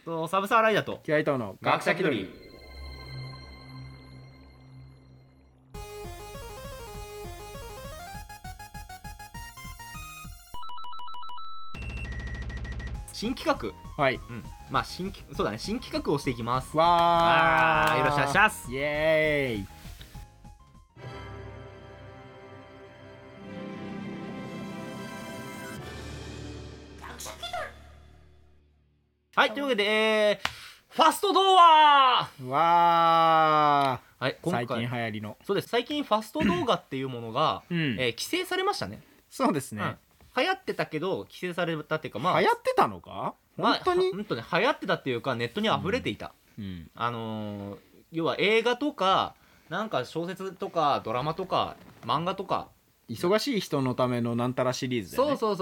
サブサーライダーと気合いとの学者気取り。新企画、 はい。 まあそうだね、新企画をしていきます。 わー、 よろしくお願いします。 イエーイ。 はい、というわけで、ファスト動画。 わはい、 ー、最近流行りの。 そうです。最近ファスト動画っていうものが、 規規制されましたね。 そうですね。 流行ってたけど規制されたっていうか、まあ流行ってたのか？本当に？ 流行ってたっていうか、ネットに溢れていた。要は映画とかなんか小説とかドラマとか漫画とか、 忙しい人のためのなんたらシリーズだよね。 そう、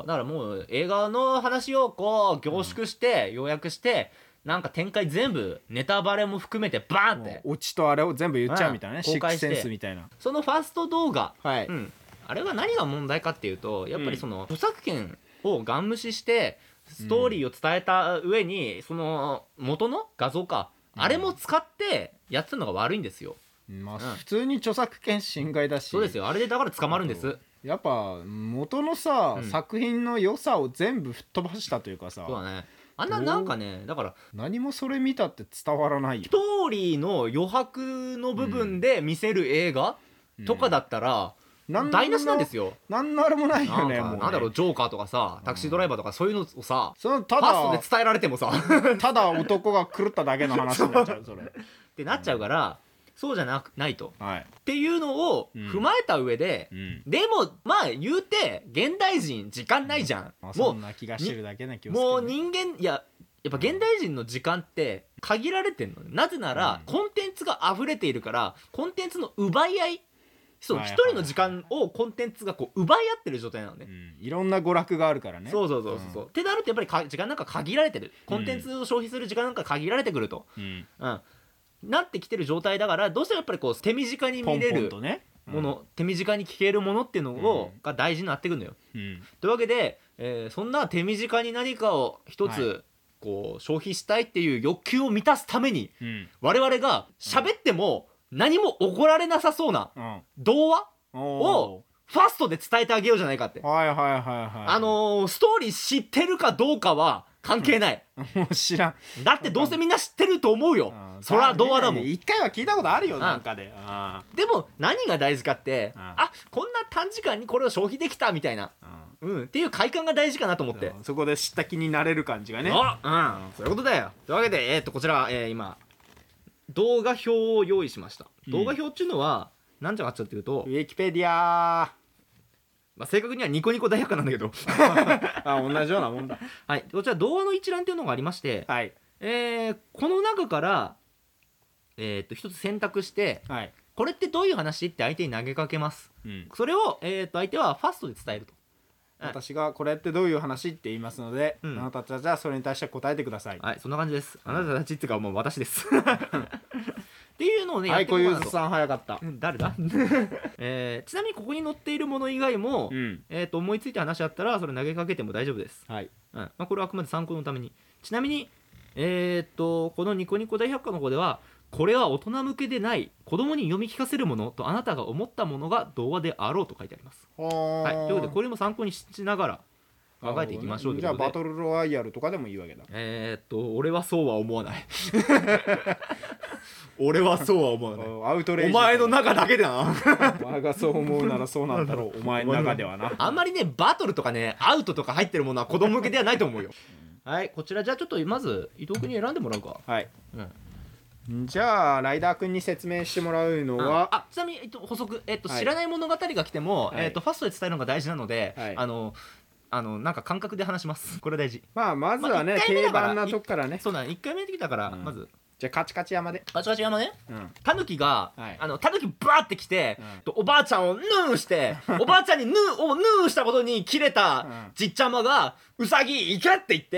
だからもう映画の話をこう凝縮して要約して、なんか展開全部ネタバレも含めてバーンってオチとあれを全部言っちゃうみたいなね。シックス公開してセンスみたいな。 そのファスト動画、 はい。 あれは何が問題かっていうと、やっぱりその著作権をガン無視してストーリーを伝えた上に、その元の画像か、あれも使ってやってるのが悪いんですよ。 まあ普通に著作権侵害だし。 そうですよ。あれでだから捕まるんです。 やっぱ元のさ、作品の良さを全部吹っ飛ばしたというかさ。 そうだね。なんかね、だから何もそれ見たって伝わらないよ。 ストーリーの余白の部分で見せる映画とかだったら、台無しなんですよ。 なんのあれもないよね。もうね。 なんだろう、ジョーカーとかさ、タクシードライバーとかそういうのをさ、 そのファストで伝えられてもさただ男が狂っただけの話になっちゃうそれってなっちゃうから、そうじゃないと、 はい、 っていうのを踏まえた上で、でもまあ言うて現代人時間ないじゃん、 もうそんな気がしてるだけな気がする、 もう人間やっぱ現代人の時間って限られてんの。なぜなら、コンテンツが溢れているから、コンテンツの奪い合い、そう、一人の時間をコンテンツがこう奪い合ってる状態なのね、いろんな娯楽があるからね。 そう、ってなるとやっぱり時間なんか限られてる、コンテンツを消費する時間なんか限られてくると、なってきてる状態だから、どうしてもやっぱりこう手短に見れるもの、手短に聞けるものっていうのが大事になってくるのよ、というわけで、そんな手短に何かを一つこう消費したいっていう欲求を満たすために、我々が喋っても何も怒られなさそうな童話をファストで伝えてあげようじゃないかって。ストーリー知ってるかどうかは関係ない、 もう知らん。 だってどうせみんな知ってると思うよ、そら童話だもん。 一回は聞いたことあるよ、なんかで。 でも何が大事かって、こんな短時間にこれを消費できたみたいな、っていう快感が大事かなと思って、 そこで知った気になれる感じがね。 そういうことだよ。というわけで、こちら、今動画表を用意しました。動画表っていうのは何じゃかっていうと、 ウィキペディア、 正確にはニコニコ大百科なんだけど同じようなもんだ。 はい、こちら動画の一覧っていうのがありまして、 はい、 この中から一つ選択して、これってどういう話って相手に投げかけます、それを、相手はファストで伝えると。 私がこれってどういう話って言いますので、あなたたちはそれに対して答えてください。 はい、そんな感じです。あなたたちっていうかもう私ですっていうのをね、 はい、小遊三さん早かった。 誰だちなみにここに載っているもの以外も、思いついた話あったらそれ投げかけても大丈夫です。はい、これはあくまで参考のために。ちなみにこのニコニコ大百科の方では、これは大人向けでない子供に読み聞かせるものとあなたが思ったものが童話であろうと書いてあります。はい、ということでこれも参考にしながら考えていきましょうということで。 じゃあバトルロワイヤルとかでもいいわけだ。 俺はそうは思わない俺はそうは思わない。 アウトレイジ、 お前の中だけだなお前がそう思うならそうなんだろうお前の中ではな。 あんまりね、バトルとかね、アウトとか入ってるものは子供向けではないと思うよはい、こちらじゃあちょっとまず伊藤君に選んでもらうか。 はい、じゃあライダー君に説明してもらうのは、 ちなみに、補足、知らない物語が来ても、ファストで伝えるのが大事なので、なんか感覚で話します。これ大事。 まずはね、定番なとこからね。 そうだね、1回目できたから、まずじゃあカチカチ山で。 カチカチ山ね、 うん。 タヌキが、 はいタヌキバーって来て、おばあちゃんをヌーしておばあちゃんにヌーしたことにキレたじっちゃまがウサギ行けって言って、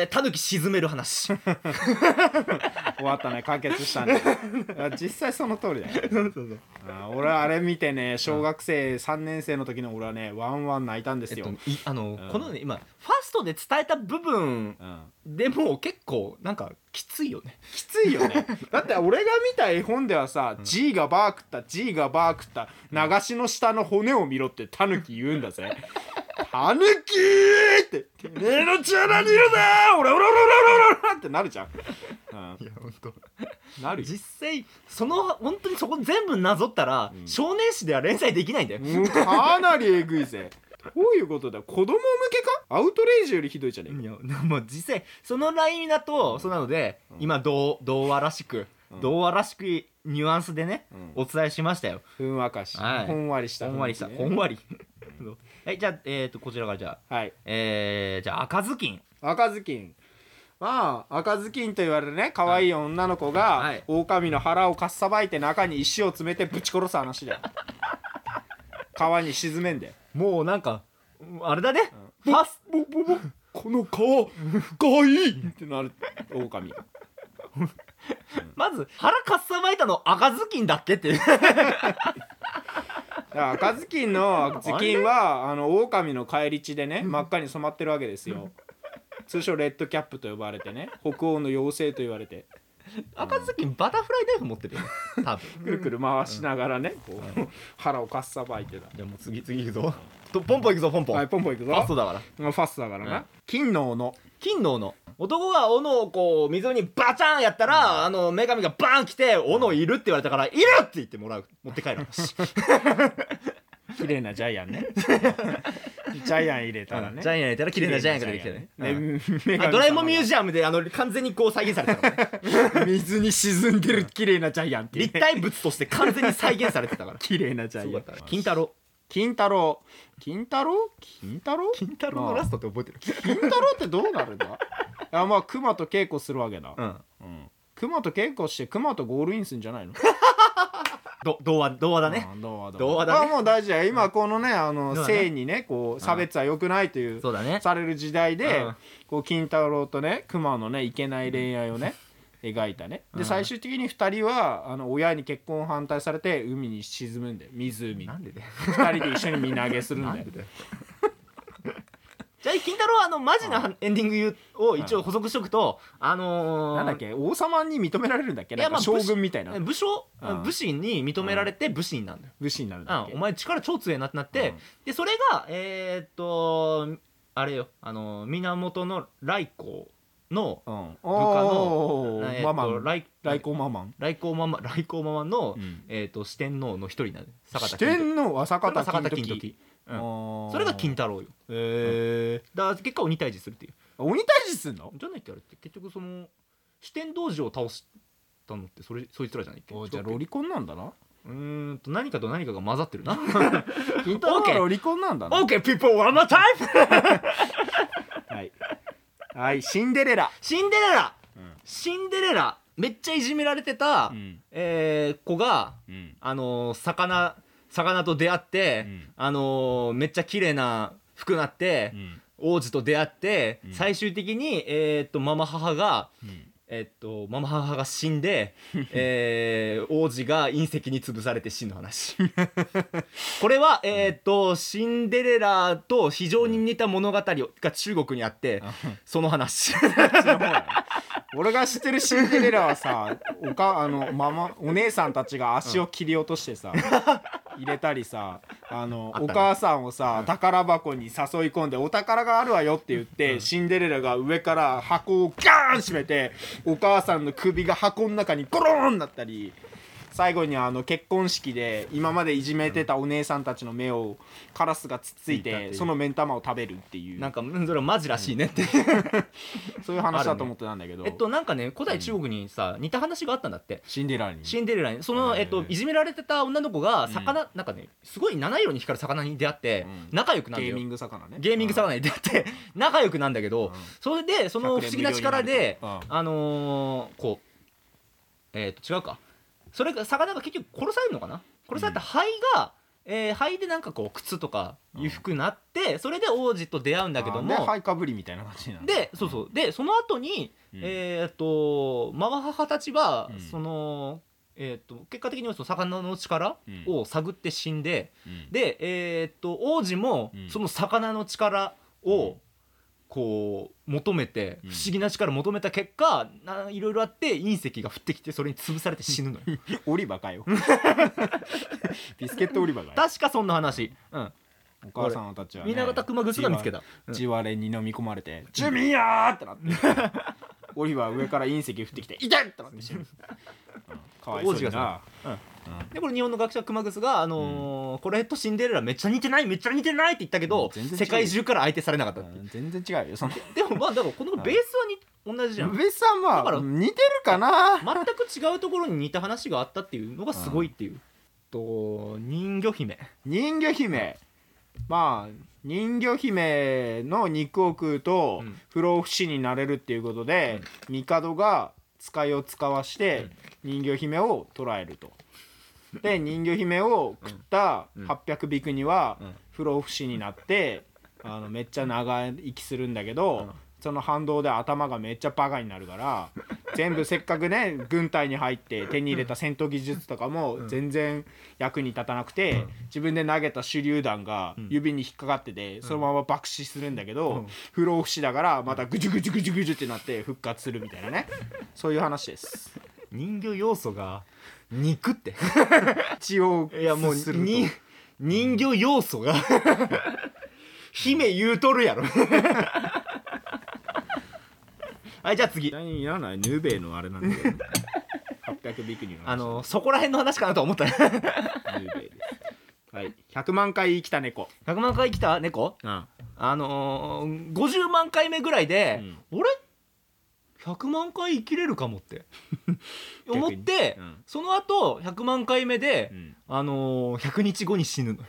タヌキ沈める話終わったね、解決したね。実際その通りだよ。 そう俺はあれ見てね、小学生3年生の時の俺はね、ワンワン泣いたんですよ。 このね今ファストで伝えた部分でも結構なんかきついよね。 きついよね。だって俺が見た絵本ではさ、G がバー食った G がバー食った流しの下の骨を見ろってタヌキ言うんだぜ。タヌキーっててめえの血は何色だオラオラオラオラオラってなるじゃん。 いや本当なるよ。 実際本当にそこ全部なぞったら、少年誌では連載できないんだよ。 かなりえぐいぜ。どういうことだ、子供向けか。アウトレイジよりひどいじゃねえか。 いやもう実際そのラインだとそうなので、今童話らしくニュアンスでね、お伝えしましたよ。 ふんわかし、ほんわりしたほんわりはい、じゃあこちらからじゃあはい、 じゃあ赤ずきん。 まあ赤ずきんと言われるね可愛い女の子が、狼の腹をかっさばいて中に石を詰めてぶち殺す話だよ。川に沈めんで。 もうなんかあれだね、ファスこの川深いってなる狼。 まず腹かっさばいたの赤ずきんだっけって赤ずきんの頭巾は狼の返り血でね真っ赤に染まってるわけですよ。通称レッドキャップと呼ばれてね、北欧の妖精と言われて。 赤ずきんバタフライナイフ持ってるよね多分。 くるくる回しながらね、こう腹をかっさばいてた。 じゃあもう次行くぞ。ポンポン行くぞポンポン。 はい、ポンポン行くぞ。 ファストだから。 ファストだからな。金の斧。 男が斧をこう水にバチャンやったら、女神がバーン来て斧いるって言われたからいるって言って持って帰る話。 綺麗なジャイアンね。ジャイアン入れたらね。 ジャイアン入れたら綺麗なジャイアンが出てきてね。 ドラえもんミュージアムで完全にこう再現されてたからね。 水に沈んでる綺麗なジャイアンっていう、 立体物として完全に再現されてたから。 綺麗なジャイアン。 金太郎のラストって覚えてる？ 金太郎ってどうなるんだ？まあ熊と稽古するわけだ。熊と稽古して熊とゴールインするんじゃないの？ 童話だね。童話だね。 もう大事だよ。今このね性にねこう差別は良くないというされる時代で、こう金太郎とね熊のねいけない恋愛をね描いたね。で最終的に2人は親に結婚反対されて海に沈むんで、湖。 なんでだよ。 2人で一緒に身投げするんだよ。 じゃあ金太郎マジなエンディングを一応補足しとくと、 なんだっけ、王様に認められるんだっけ、なんか将軍みたいな武士に認められて武士になるんだよ。 武士になるんだっけ。 お前力超強いなってなって、でそれがあれよ、源の頼光の部下の頼光ママンの四天王の一人なんで、 四天王坂田金時。 それが金太郎よ。だから結果鬼退治するっていう。 鬼退治すんのじゃないってあれって結局その四天王寺を倒したのってそいつらじゃないっけ。 じゃあロリコンなんだな。 何かと何かが混ざってるな。 金太郎はロリコンなんだな。 OK people one more time はいシンデレラめっちゃいじめられてた子が魚と出会って、めっちゃ綺麗な服なって、王子と出会って、最終的にママ母が死んで王子が隕石に潰されて死ぬ話。これはシンデレラと非常に似た物語が中国にあって、その話。 俺が知ってるシンデレラはさ、お姉さんたちが足を切り落としてさ、入れたりさ、お母さんをさ、宝箱に誘い込んでお宝があるわよって言って、シンデレラが上から箱をガーン閉めてお母さんの首が箱の中にゴローンなったり、最後に結婚式で今までいじめてたお姉さんたちの目をカラスがつっついてその目ん玉を食べるっていう、 なんかそれはマジらしいねって、 そういう話だと思ってたんだけど、 なんかね古代中国にさ似た話があったんだって。 シンデレラにそのいじめられてた女の子が魚、なんかねすごい七色に光る魚に出会って仲良くなんだよ。 ゲーミング魚に出会って仲良くなんだけど、それでその不思議な力でこう違うか、それが魚が結局殺されるのかな、殺された灰が、灰でなんかこう靴とか衣服になって、それで王子と出会うんだけども、 灰かぶりみたいな感じなんでそうそう、でその後に、ママ母たちは、その結果的にはその魚の力を探って死んで、で、王子もその魚の力をこう求めて、不思議な力を求めた結果、いろいろあって隕石が降ってきてそれに潰されて死ぬのよオリバかよビスケットオリバかよ。 確かそんな話。 お母さんたちはね、 水俣熊楠が見つけた。 地割れに飲み込まれて、ジュミヤーってなってオリバー上から隕石降ってきて、痛いってなって死ぬ。かわいそうにな。 でこれ日本の学者熊楠が、これとシンデレラめっちゃ似てないめっちゃ似てないって言ったけど、世界中から相手されなかったって。 全然違うよそのでもまあだからこのベースは同じじゃん。 ベースはまあ似てるかな。 全く違うところに似た話があったっていうのがすごいっていう。人魚姫。 まあ人魚姫の肉を食うと不老不死になれるっていうことで、帝が使いを使わして人魚姫を捕らえると。で人魚姫を食った800ビクには不老不死になって、めっちゃ長生きするんだけど、その反動で頭がめっちゃバカになるから、全部せっかくね軍隊に入って手に入れた戦闘技術とかも全然役に立たなくて、自分で投げた手榴弾が指に引っかかってて、そのまま爆死するんだけど、不老不死だからまたグジュグジュグジュグジュってなって復活するみたいなね、そういう話です。 人魚要素が肉って血をいやもう人魚要素が姫言うとるやろはい、じゃあ次。 何やらないヌーベイのあれなんだけど800ビクニのそこら辺の話かなと思ったヌーベイです。はい、100万回生きた猫。 100万回生きた猫、50万回目ぐらいで、俺100万回生きれるかもって思って、その後100万回目で、100日後に死ぬの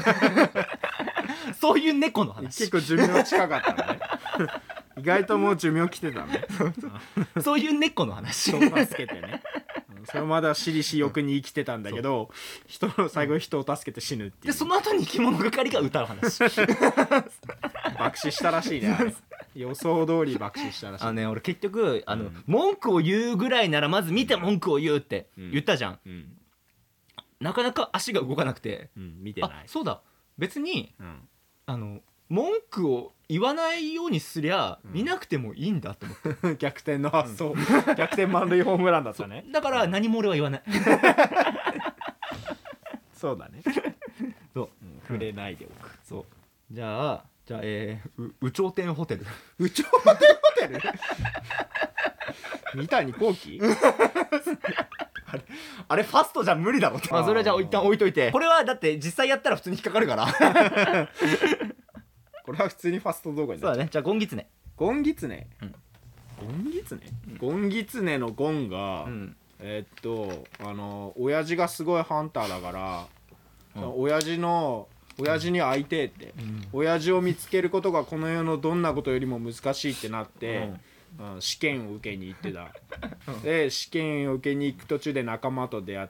そういう猫の話。 結構寿命近かったね意外ともう寿命来てたねそういう猫の話。 人を助けてねそれまだ私利私欲に生きてたんだけど、最後人を助けて死ぬっていう。 でその後に生き物係が歌う話爆死したらしいねあれ予想通り爆死したらしい。 俺結局文句を言うぐらいならまず見て文句を言うって言ったじゃん、なかなか足が動かなくて、 見てない。 そうだ別に、文句を言わないようにすりゃ見なくてもいいんだと思って、 逆転の発想、逆転満塁ホームランだったね。 だから何も俺は言わないそうだねそう、 触れないでおく。 そうじゃあ有頂天ホテル有頂天ホテル三谷幸喜あれファストじゃ無理だろって。それはじゃあ一旦置いといて、これはだって実際やったら普通に引っかかるからこれは普通にファスト動画になっちゃう。 そうだね。じゃあゴンギツネ。 ゴンギツネのゴンが、親父がすごいハンターだから、親父に会いてえって、親父を見つけることがこの世のどんなことよりも難しいってなって、試験を受けに行ってたで試験を受けに行く途中で仲間と出会って、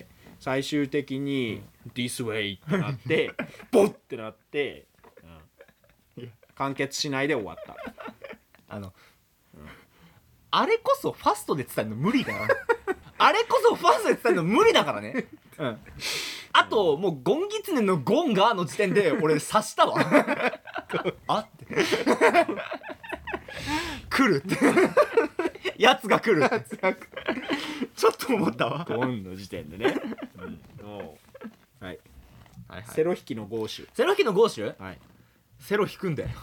最終的に「This way」ってなってボッってなって、完結しないで終わった。 あれこそファストで伝えるの無理だよあれこそファストで伝えるの無理だからねあともうゴンギツネのゴンがの時点で俺察したわあって来るってやつが来るってちょっと思ったわゴンの時点でね、はい、セロ引きのゴーシュ。 セロ引きのゴーシュ、 はい、 セロ引くんだよ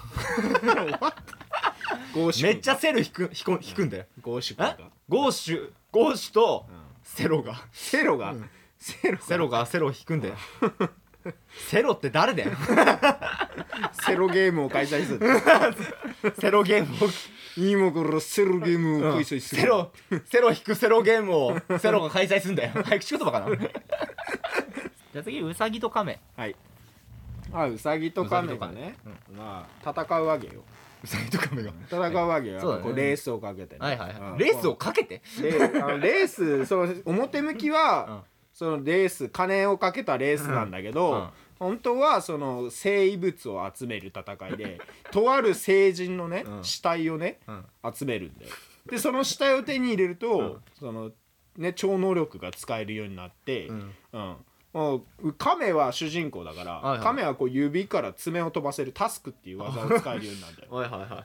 ゴーシュめっちゃセロ引くんだよ。 ゴーシュがゴーシュとセロがセロ引くんだよセロって誰だよセロゲームを開催するセロゲームを今からセロゲームを開催する、 セロ引くセロゲームをセロが開催するんだよ早口言葉かなじゃあ次ウサギとカメ。 はい、ウサギとカメがね、戦うわけよ。 ウサギとカメが戦うわけよ、 そうだねこうレースをかけてね、 はいはいはい、 うんレースをかけてレースその表向きは、そのレース金をかけたレースなんだけど、本当はその生異物を集める戦いでとある聖人のね、死体をね、集めるんだよ。でその死体を手に入れると、そのね超能力が使えるようになって、もう亀は主人公だから、亀はこう指から爪を飛ばせるタスクっていう技を使えるようになるんだよ。 はいはいはい、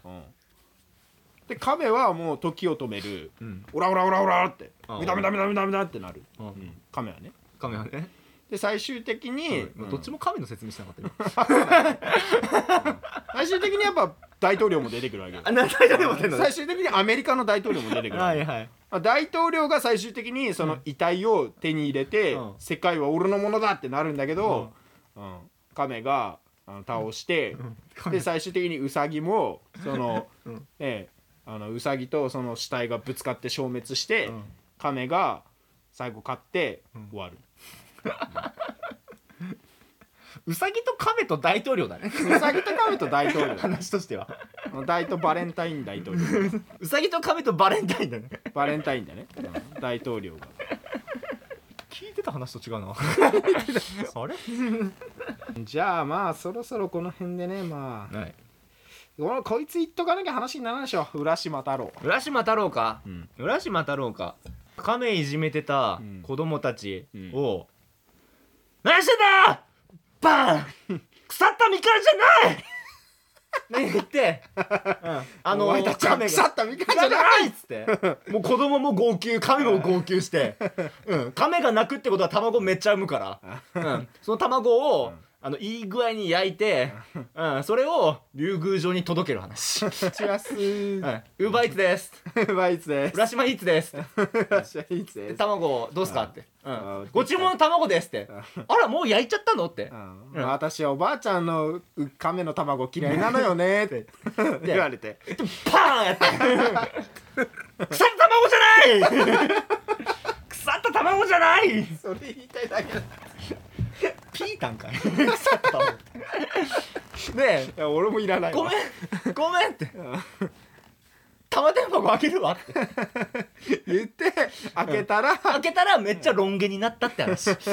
で亀はもう時を止める、オラオラオラオラってミダミダミダミダミダってなる、亀はね。 亀はね。 で最終的に、 どっちも亀の説明してなかったよ。 最終的にやっぱ大統領も出てくるわけよ。最終的にアメリカの大統領も出てくるわけよ。大統領が最終的にその遺体を手に入れて、世界は俺のものだってなるんだけど、亀が倒して、で最終的にウサギもその、ウサギとその死体がぶつかって消滅して、亀が最後勝って終わる。 ウサギと亀と大統領だね。 ウサギと亀と大統領話としてはバレンタイン大統領。 ウサギと亀とバレンタインだね。 バレンタインだね、大統領が。 聞いてた話と違うな。あれじゃあまあそろそろこの辺でね、まあ、こいつ言っとかなきゃ話にならないでしょ。浦島太郎。 浦島太郎か、浦島太郎か。亀いじめてた子供たちを、何してんだバーン腐ったみかんじゃないね言って、 お前たちは腐ったみかんじゃないっつって、もう子供も号泣、亀も号泣して、亀が泣くってことは卵めっちゃ産むから、その卵をいい具合に焼いて、それを竜宮城に届ける話。 チラスウーバーイーツです。 ウーバーイーツです。 浦島イーツです。 浦島イーツです。 卵どうすかって。ご注文の卵ですって。あらもう焼いちゃったのって。 私おばあちゃんの亀の卵嫌いなのよねって言われて、 パーンやって。腐った卵じゃない。腐った卵じゃない。 それ言いたいだけだ。 ピータンかい。で、 いや俺もいらないわ。 ごめんって。玉手箱開けるわって言って開けたらめっちゃロン毛になったって話。め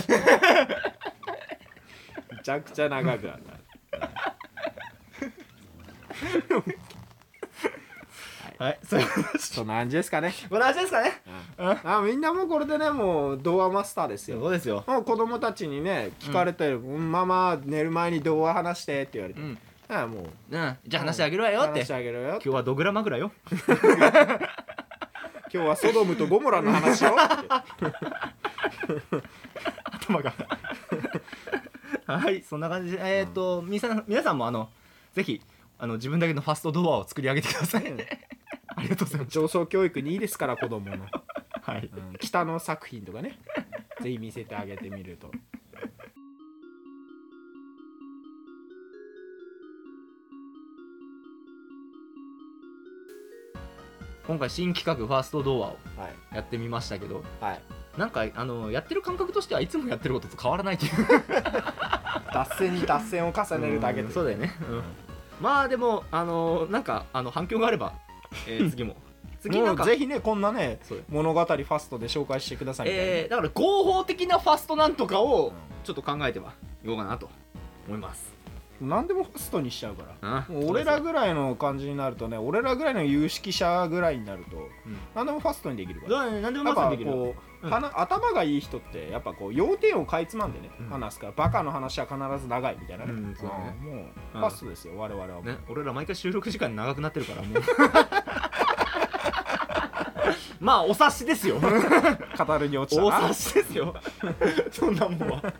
ちゃくちゃ長くなった。 はい、 そんな感じですかね。 こんな感じですかね。 みんなもうこれでね、もう童話マスターですよ。 そうですよ。 もう子供たちにね聞かれて、ママ寝る前に童話話してって言われて、もうじゃあ話してあげるわよって。 話してあげるよ。 今日はドグラマグラよ。 今日はソドムとゴモラの話よ。 頭が。はい、そんな感じで皆さんもぜひ自分だけのファストドアを作り上げてください。ありがとうございます。 上層教育にいいですから子供の。 はい。 北の作品とかね、ぜひ見せてあげてみると。 今回新企画ファーストドアをやってみましたけど、なんかやってる感覚としてはいつもやってることと変わらないという。 脱線に脱線を重ねるだけで。 そうだよね。まあでもなんか反響があれば次なんかぜひねこんなね物語ファストで紹介してくださいみたいな。 だから合法的なファストなんとかをちょっと考えてはいこうかなと思います。 何でもファストにしちゃうから、もう俺らぐらいの感じになるとね、俺らぐらいの有識者ぐらいになると、何でもファストにできるから。 何でもファストにできる。 頭がいい人ってやっぱこう要点をかいつまんでね、話すから、バカの話は必ず長いみたいなね。もうファストですよ我々は。 俺ら毎回収録時間長くなってるからもう。まあお察しですよ。 語るに落ちたな。 お察しですよ。そんなもんは。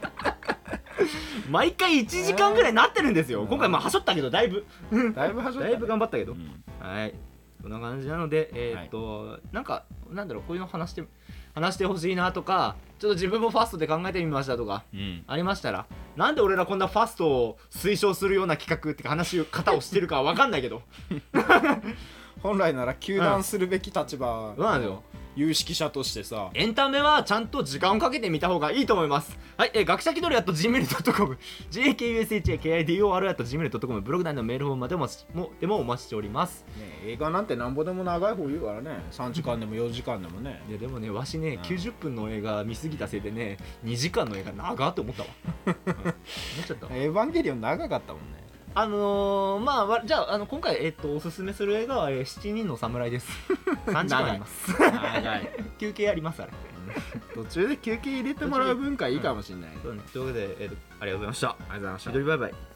毎回1時間ぐらいなってるんですよ。今回はしょったけどだいぶ頑張ったけど、はい、こんな感じなのでなんだろう、こういうの話してほしいなとか、ちょっと自分もファストで考えてみましたとか、ありましたら、なんで俺らこんなファストを推奨するような企画ってか話し方をしてるかは分かんないけど、 本来なら糾弾するべき立場そうなんですよ。 有識者としてさ。 エンタメはちゃんと時間をかけてみた方がいいと思います。はい、学者気取り@gmail.com gakushakidor@gmail.com ブログ内のメールフォームまででもお待ちしております。 ね、映画なんてなんぼでも長い方言うからね。3時間でも4時間でもね。 いやでもね、わしね、90分の映画見すぎたせいでね、2時間の映画長って思ったわ。思っちゃったわ。 エヴァンゲリオン長かったもんね。 まあじゃあ今回おすすめする映画は7人の侍です。3時間あります。 長い。 休憩ありますあれ。 途中で休憩入れてもらう文化いいかもしれない。 というわけで、ありがとうございました。 ありがとうございました。 バイバイ。